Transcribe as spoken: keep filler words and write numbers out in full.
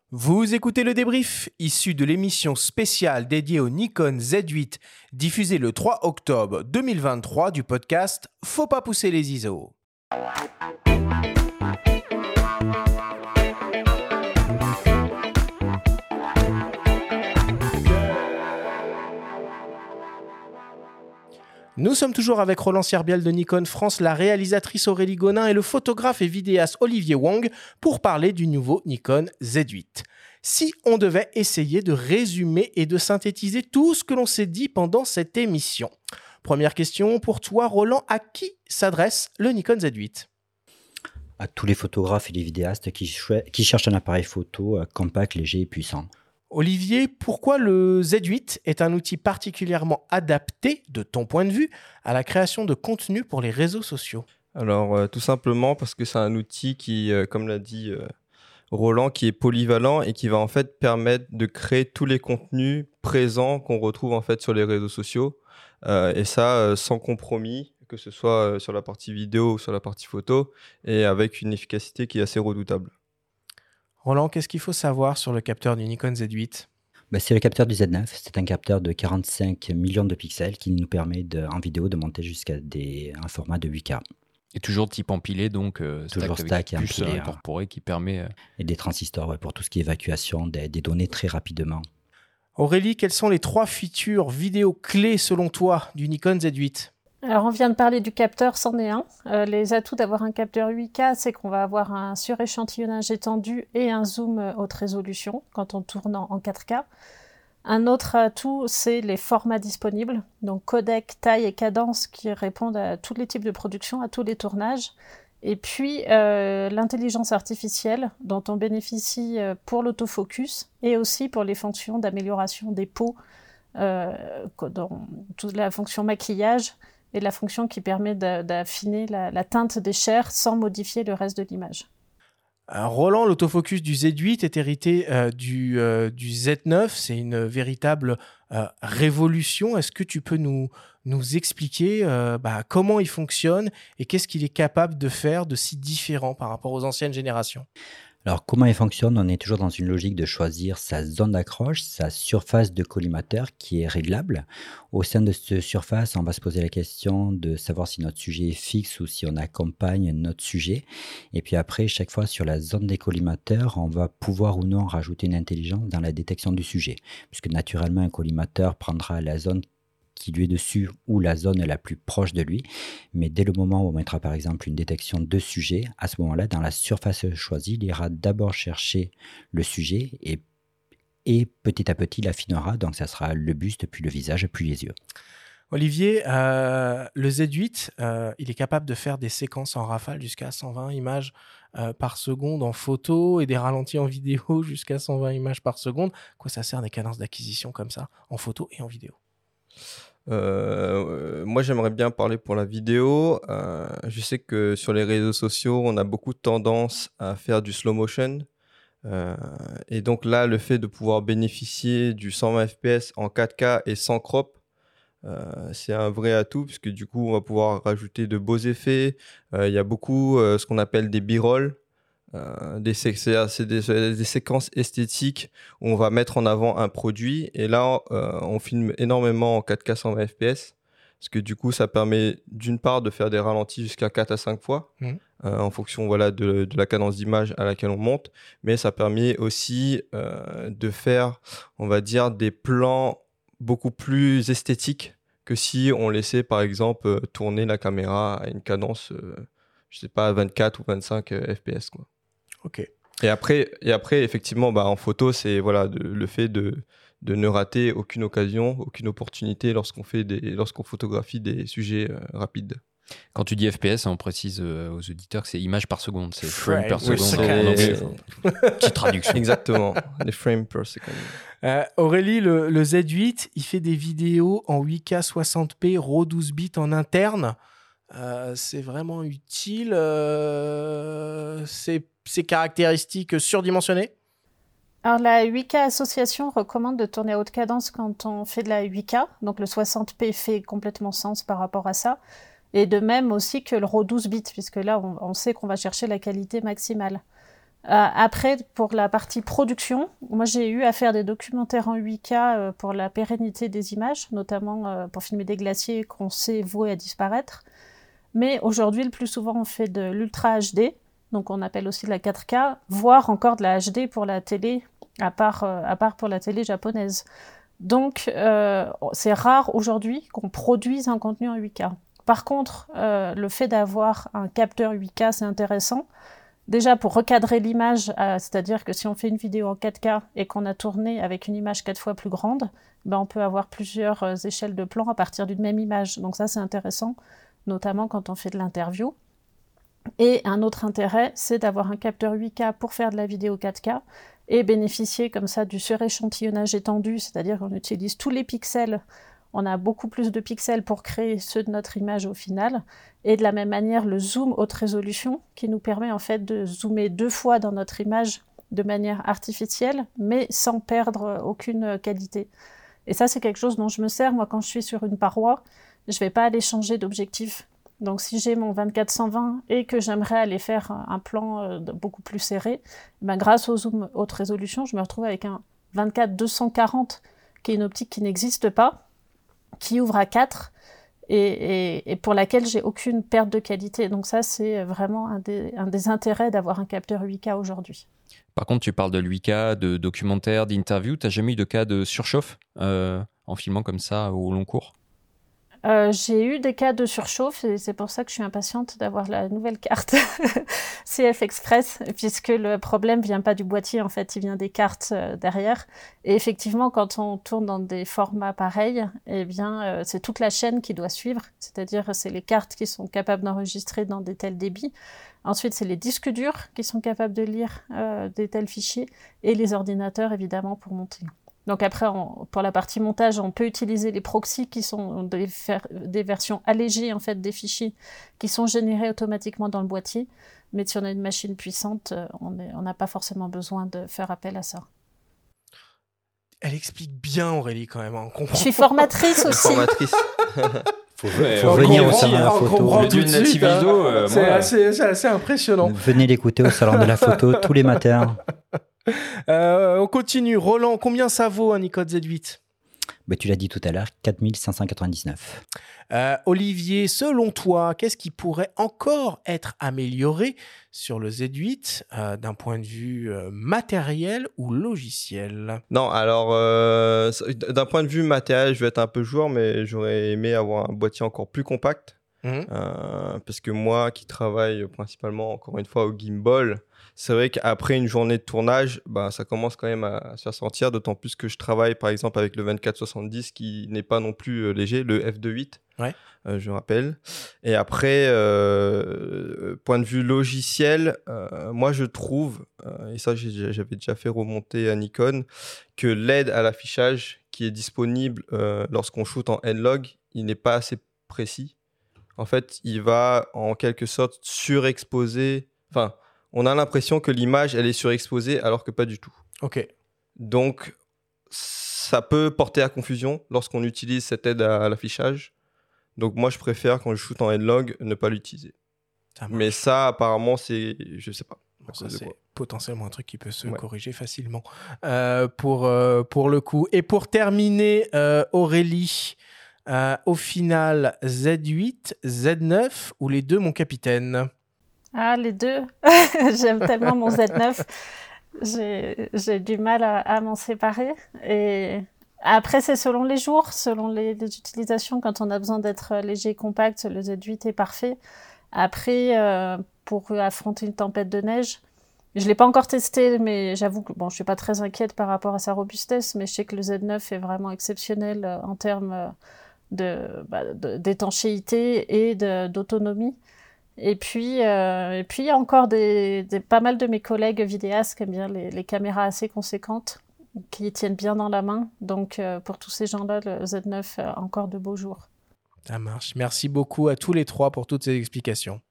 Vous écoutez le débrief, issu de l'émission spéciale dédiée au Nikon Z huit, diffusée le trois octobre deux mille vingt-trois du podcast Faut pas pousser les I S O. Nous sommes toujours avec Roland Sierbiel de Nikon France, la réalisatrice Aurélie Gonin et le photographe et vidéaste Olivier Wang pour parler du nouveau Nikon Z huit. Si on devait essayer de résumer et de synthétiser tout ce que l'on s'est dit pendant cette émission. Première question pour toi, Roland, à qui s'adresse le Nikon Z huit ? À tous les photographes et les vidéastes qui, chou- qui cherchent un appareil photo euh, compact, léger et puissant. Olivier, pourquoi le Z huit est un outil particulièrement adapté, de ton point de vue, à la création de contenu pour les réseaux sociaux ? Alors, euh, tout simplement parce que c'est un outil qui, euh, comme l'a dit euh, Roland, qui est polyvalent et qui va en fait permettre de créer tous les contenus présents qu'on retrouve en fait sur les réseaux sociaux. Euh, et ça, euh, sans compromis, que ce soit euh, sur la partie vidéo ou sur la partie photo, et avec une efficacité qui est assez redoutable. Roland, qu'est-ce qu'il faut savoir sur le capteur du Nikon Z huit ? Ben, c'est le capteur du Z neuf, c'est un capteur de quarante-cinq millions de pixels qui nous permet de, en vidéo de monter jusqu'à des, un format de huit K. Et toujours type empilé, donc euh, Toujours stack stack et avec puce empilé, incorporée qui permet... Euh... Et des transistors ouais, pour tout ce qui est évacuation des, des données très rapidement. Aurélie, quelles sont les trois features vidéo clés selon toi du Nikon Z huit ? Alors on vient de parler du capteur, c'en est un. Euh, les atouts d'avoir un capteur huit K, c'est qu'on va avoir un suréchantillonnage étendu et un zoom haute résolution quand on tourne en, en quatre K. Un autre atout, c'est les formats disponibles, donc codec, taille et cadence qui répondent à tous les types de production, à tous les tournages. Et puis euh, l'intelligence artificielle dont on bénéficie pour l'autofocus et aussi pour les fonctions d'amélioration des peaux, euh, dans toute la fonction maquillage et la fonction qui permet d'affiner la, la teinte des chairs sans modifier le reste de l'image. Alors, Roland, l'autofocus du Z huit est hérité euh, du, euh, du Z neuf. C'est une véritable euh, révolution. Est-ce que tu peux nous, nous expliquer euh, bah, comment il fonctionne et qu'est-ce qu'il est capable de faire de si différent par rapport aux anciennes générations ? Alors, comment il fonctionne ? On est toujours dans une logique de choisir sa zone d'accroche, sa surface de collimateur qui est réglable. Au sein de cette surface, on va se poser la question de savoir si notre sujet est fixe ou si on accompagne notre sujet. Et puis après, chaque fois sur la zone des collimateurs, on va pouvoir ou non rajouter une intelligence dans la détection du sujet. Puisque naturellement, un collimateur prendra la zone qui lui est dessus ou la zone la plus proche de lui. Mais dès le moment où on mettra par exemple une détection de sujet, à ce moment-là, dans la surface choisie, il ira d'abord chercher le sujet et, et petit à petit il affinera. Donc ça sera le buste, puis le visage, puis les yeux. Olivier, euh, le Z huit, euh, il est capable de faire des séquences en rafale jusqu'à cent vingt images euh, par seconde en photo et des ralentis en vidéo jusqu'à cent vingt images par seconde. Quoi ça sert des cadences d'acquisition comme ça en photo et en vidéo ? Euh, moi, j'aimerais bien parler pour la vidéo. Euh, je sais que sur les réseaux sociaux, on a beaucoup de tendance à faire du slow motion. Euh, et donc là, le fait de pouvoir bénéficier du cent vingt F P S en quatre K et sans crop, euh, c'est un vrai atout puisque du coup, on va pouvoir rajouter de beaux effets. Il euh, y a beaucoup euh, ce qu'on appelle des b-roll. Euh, des, sé- c'est des, des séquences esthétiques où on va mettre en avant un produit et là euh, on filme énormément en quatre K cent vingt F P S parce que du coup ça permet d'une part de faire des ralentis jusqu'à quatre à cinq fois mmh. euh, en fonction voilà, de, de la cadence d'image à laquelle on monte, mais ça permet aussi euh, de faire on va dire des plans beaucoup plus esthétiques que si on laissait par exemple tourner la caméra à une cadence euh, je sais pas vingt-quatre ou vingt-cinq euh, F P S quoi. Ok. Et après, et après effectivement, bah, en photo, c'est voilà, de, le fait de, de ne rater aucune occasion, aucune opportunité lorsqu'on, fait des, lorsqu'on photographie des sujets euh, rapides. Quand tu dis F P S, on précise euh, aux auditeurs que c'est images par seconde, c'est frame, frame per oui, seconde c'est... en anglais. Petite traduction. Exactement, les frames per second. Euh, Aurélie, le, le Z huit, il fait des vidéos en huit K soixante p, RAW douze bits en interne. Euh, c'est vraiment utile. Euh, c'est, c'est caractéristiques surdimensionnées. Alors la huit K Association recommande de tourner à haute cadence quand on fait de la huit K. Donc le soixante p fait complètement sens par rapport à ça. Et de même aussi que le RAW douze bits, puisque là on, on sait qu'on va chercher la qualité maximale. après, pour la partie production, moi j'ai eu à faire des documentaires en huit K euh, pour la pérennité des images, notamment euh, pour filmer des glaciers qu'on sait voués à disparaître. Mais aujourd'hui, le plus souvent, on fait de l'Ultra H D, donc on appelle aussi de la quatre K, voire encore de la H D pour la télé, à part, euh, à part pour la télé japonaise. Donc euh, c'est rare aujourd'hui qu'on produise un contenu en huit K. Par contre, euh, le fait d'avoir un capteur huit K, c'est intéressant. Déjà pour recadrer l'image, euh, c'est-à-dire que si on fait une vidéo en quatre K et qu'on a tourné avec une image quatre fois plus grande, ben on peut avoir plusieurs euh, échelles de plans à partir d'une même image. Donc ça, c'est intéressant, notamment quand on fait de l'interview. Et un autre intérêt, c'est d'avoir un capteur huit K pour faire de la vidéo quatre K et bénéficier comme ça du suréchantillonnage étendu, c'est-à-dire qu'on utilise tous les pixels. On a beaucoup plus de pixels pour créer ceux de notre image au final. Et de la même manière, le zoom haute résolution qui nous permet en fait de zoomer deux fois dans notre image de manière artificielle, mais sans perdre aucune qualité. Et ça, c'est quelque chose dont je me sers, moi, quand je suis sur une paroi, je ne vais pas aller changer d'objectif. Donc si j'ai mon vingt-quatre cent vingt et que j'aimerais aller faire un plan beaucoup plus serré, ben, grâce au zoom haute résolution, je me retrouve avec un vingt-quatre deux cent quarante qui est une optique qui n'existe pas, qui ouvre à quatre et, et, et pour laquelle j'ai aucune perte de qualité. Donc ça, c'est vraiment un des, un des intérêts d'avoir un capteur huit K aujourd'hui. Par contre, tu parles de huit K, de documentaires, d'interviews. Tu n'as jamais eu de cas de surchauffe euh, en filmant comme ça au long cours? Euh, j'ai eu des cas de surchauffe et c'est pour ça que je suis impatiente d'avoir la nouvelle carte C F Express, puisque le problème vient pas du boîtier, en fait, il vient des cartes euh, derrière. Et effectivement, quand on tourne dans des formats pareils, eh bien, euh, c'est toute la chaîne qui doit suivre, c'est-à-dire c'est les cartes qui sont capables d'enregistrer dans des tels débits. Ensuite, c'est les disques durs qui sont capables de lire euh, des tels fichiers et les ordinateurs, évidemment, pour monter. Donc après, on, pour la partie montage, on peut utiliser les proxys qui sont des, fer- des versions allégées en fait, des fichiers qui sont générés automatiquement dans le boîtier. Mais si on a une machine puissante, on n'a pas forcément besoin de faire appel à ça. Elle explique bien, Aurélie, quand même. On comprend. Je suis formatrice aussi. Formatrice. Faut, Ouais, faut on venir au comprend, salon de la on photo. comprend Le tout de duel native suite, hein. vidéo, euh, C'est moi, assez, c'est assez impressionnant. Venez l'écouter au salon de la photo tous les matins. Euh, on continue. Roland, combien ça vaut un Nikon Z huit? Bah, tu l'as dit tout à l'heure, quatre mille cinq cent quatre-vingt-dix-neuf. Euh, Olivier, selon toi, qu'est-ce qui pourrait encore être amélioré sur le Z huit euh, d'un point de vue euh, matériel ou logiciel? Non, alors, euh, d'un point de vue matériel, je vais être un peu joueur, mais j'aurais aimé avoir un boîtier encore plus compact. Mmh. Euh, parce que moi, qui travaille principalement, encore une fois, au gimbal, c'est vrai qu'après une journée de tournage, bah, ça commence quand même à se faire sentir, d'autant plus que je travaille, par exemple, avec le vingt-quatre soixante-dix, qui n'est pas non plus euh, léger, le F deux huit, Ouais. euh, je rappelle. Et après, euh, point de vue logiciel, euh, moi, je trouve, euh, et ça, j'ai- j'avais déjà fait remonter à Nikon, que l'aide à l'affichage qui est disponible euh, lorsqu'on shoot en N-Log, il n'est pas assez précis. En fait, il va en quelque sorte surexposer. Enfin, on a l'impression que l'image, elle est surexposée alors que pas du tout. Ok. Donc, ça peut porter à confusion lorsqu'on utilise cette aide à, à l'affichage. Donc, moi, je préfère, quand je shoot en N-Log, ne pas l'utiliser. Ça marche. Mais ça, apparemment, c'est... Je sais pas. Bon, ça, cause de c'est quoi. potentiellement un truc qui peut se Ouais. corriger facilement euh, pour, euh, pour le coup. Et pour terminer, euh, Aurélie, euh, au final, Z huit, Z neuf ou les deux, mon capitaine? Ah, les deux. J'aime tellement mon Z neuf. J'ai, j'ai du mal à, à m'en séparer. Et après, c'est selon les jours, selon les, les utilisations. Quand on a besoin d'être léger et compact, le Z huit est parfait. Après, euh, pour affronter une tempête de neige, je ne l'ai pas encore testé, mais j'avoue que bon, je ne suis pas très inquiète par rapport à sa robustesse, mais je sais que le Z neuf est vraiment exceptionnel euh, en termes euh, de, bah, de, d'étanchéité et de, d'autonomie. Et puis, euh, et puis, il y a encore des, des, pas mal de mes collègues vidéastes qui aiment bien les, les caméras assez conséquentes, qui tiennent bien dans la main. Donc, euh, pour tous ces gens-là, le Z neuf a encore de beaux jours. Ça marche. Merci beaucoup à tous les trois pour toutes ces explications.